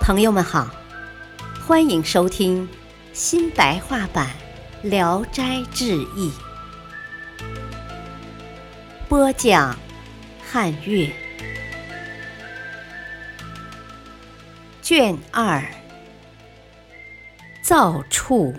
朋友们好，欢迎收听新白话版《聊斋志异》，播讲汉乐，卷2，造处。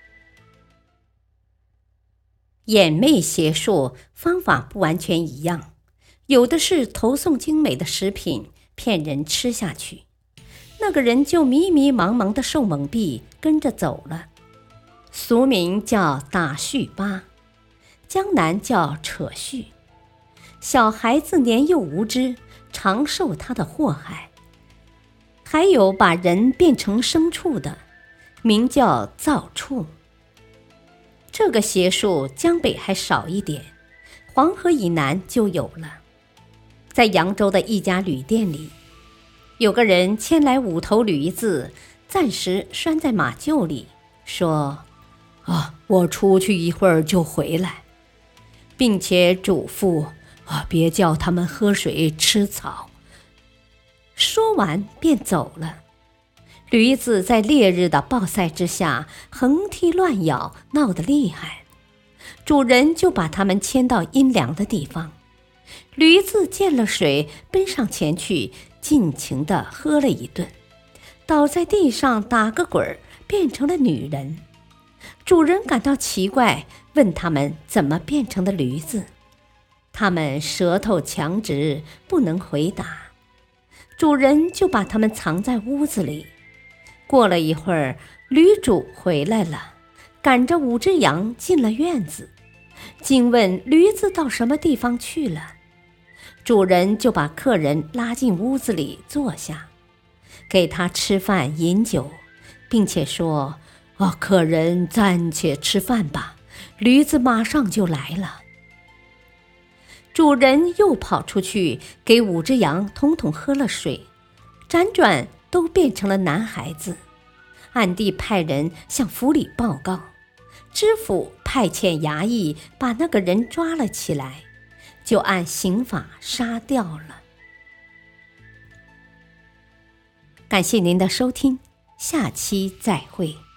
眼魅邪术方法不完全一样，有的是投送精美的食品骗人吃下去，那个人就迷迷茫茫的受蒙蔽，跟着走了。俗名叫打絮疤，江南叫扯絮。小孩子年幼无知，常受他的祸害。还有把人变成牲畜的，名叫造畜。这个邪术江北还少一点，黄河以南就有了。在扬州的一家旅店里，有个人牵来5头驴子，暂时拴在马厩里，说：我出去一会儿就回来，并且嘱咐别叫他们喝水吃草。说完便走了。驴子在烈日的暴晒之下横踢乱咬，闹得厉害，主人就把它们牵到阴凉的地方。驴子见了水，奔上前去，尽情地喝了一顿，倒在地上打个滚，变成了女人。主人感到奇怪，问他们怎么变成的驴子。他们舌头强直，不能回答。主人就把他们藏在屋子里。过了一会儿，驴主回来了，赶着5只羊进了院子，惊问驴子到什么地方去了。主人就把客人拉进屋子里坐下，给他吃饭饮酒，并且说：客人暂且吃饭吧，驴子马上就来了。主人又跑出去给5只羊统统喝了水，辗转都变成了男孩子，暗地派人向府里报告。知府派遣衙役把那个人抓了起来，就按刑法杀掉了。感谢您的收听，下期再会。